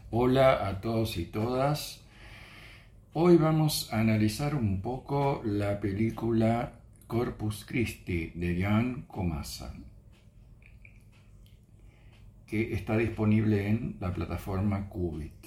Hola a todos y todas. Hoy vamos a analizar un poco la película Corpus Christi de Jan Komasa, que está disponible en la plataforma Qubit.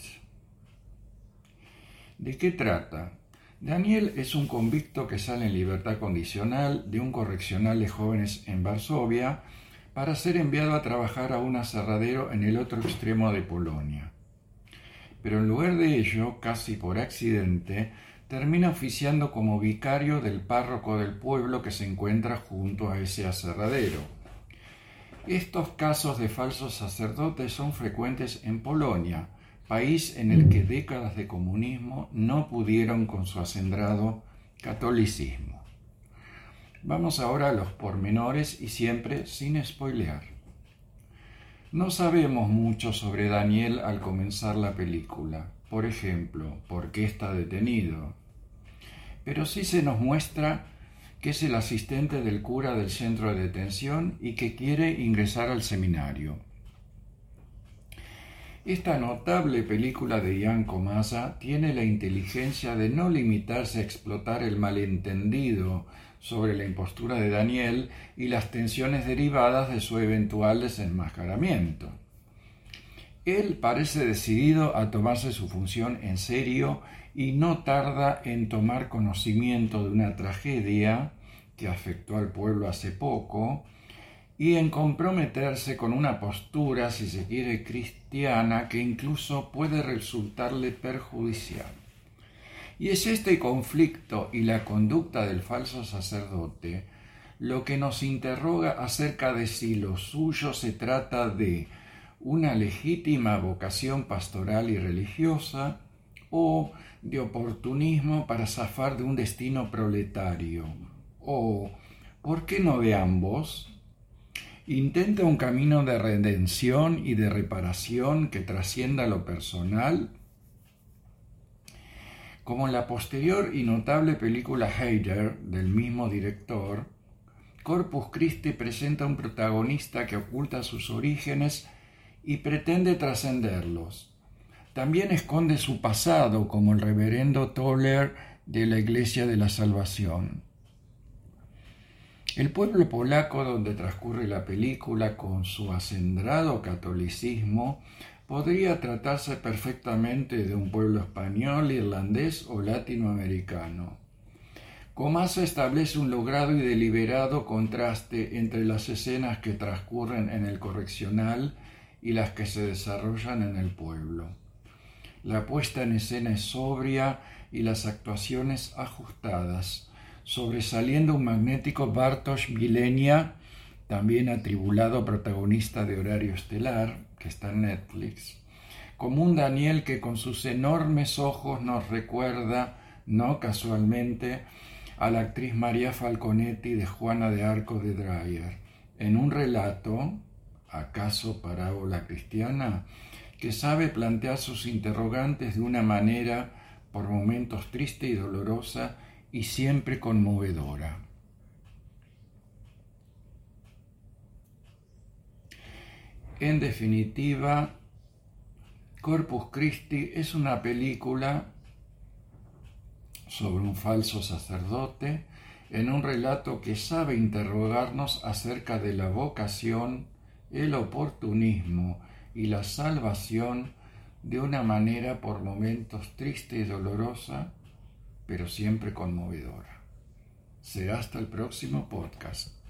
¿De qué trata? Daniel es un convicto que sale en libertad condicional de un correccional de jóvenes en Varsovia para ser enviado a trabajar a un aserradero en el otro extremo de Polonia. Pero en lugar de ello, casi por accidente, termina oficiando como vicario del párroco del pueblo que se encuentra junto a ese aserradero. Estos casos de falsos sacerdotes son frecuentes en Polonia, país en el que décadas de comunismo no pudieron con su acendrado catolicismo. Vamos ahora a los pormenores y siempre sin spoilear. No sabemos mucho sobre Daniel al comenzar la película. Por ejemplo, ¿por qué está detenido? Pero sí se nos muestra que es el asistente del cura del centro de detención y que quiere ingresar al seminario. Esta notable película de Jan Komasa tiene la inteligencia de no limitarse a explotar el malentendido sobre la impostura de Daniel y las tensiones derivadas de su eventual desenmascaramiento. Él parece decidido a tomarse su función en serio y no tarda en tomar conocimiento de una tragedia que afectó al pueblo hace poco y en comprometerse con una postura, si se quiere, cristiana, que incluso puede resultarle perjudicial. Y es este conflicto y la conducta del falso sacerdote lo que nos interroga acerca de si lo suyo se trata de una legítima vocación pastoral y religiosa o de oportunismo para zafar de un destino proletario, o, ¿por qué no de ambos? ¿Intenta un camino de redención y de reparación que trascienda lo personal? Como en la posterior y notable película Heider, del mismo director, Corpus Christi presenta un protagonista que oculta sus orígenes y pretende trascenderlos. También esconde su pasado, como el reverendo Toller de la Iglesia de la Salvación. El pueblo polaco donde transcurre la película, con su acendrado catolicismo, podría tratarse perfectamente de un pueblo español, irlandés o latinoamericano. Komasa establece un logrado y deliberado contraste entre las escenas que transcurren en el correccional y las que se desarrollan en el pueblo. La puesta en escena es sobria y las actuaciones ajustadas, sobresaliendo un magnético Bartosz Milenia, también atribulado protagonista de Horario Estelar, que está en Netflix, como un Daniel que con sus enormes ojos nos recuerda, no casualmente, a la actriz María Falconetti de Juana de Arco de Dreyer, en un relato, acaso parábola cristiana, que sabe plantear sus interrogantes de una manera por momentos triste y dolorosa y siempre conmovedora. En definitiva, Corpus Christi es una película sobre un falso sacerdote en un relato que sabe interrogarnos acerca de la vocación, el oportunismo y la salvación de una manera por momentos triste y dolorosa, pero siempre conmovedora. Será hasta el próximo podcast.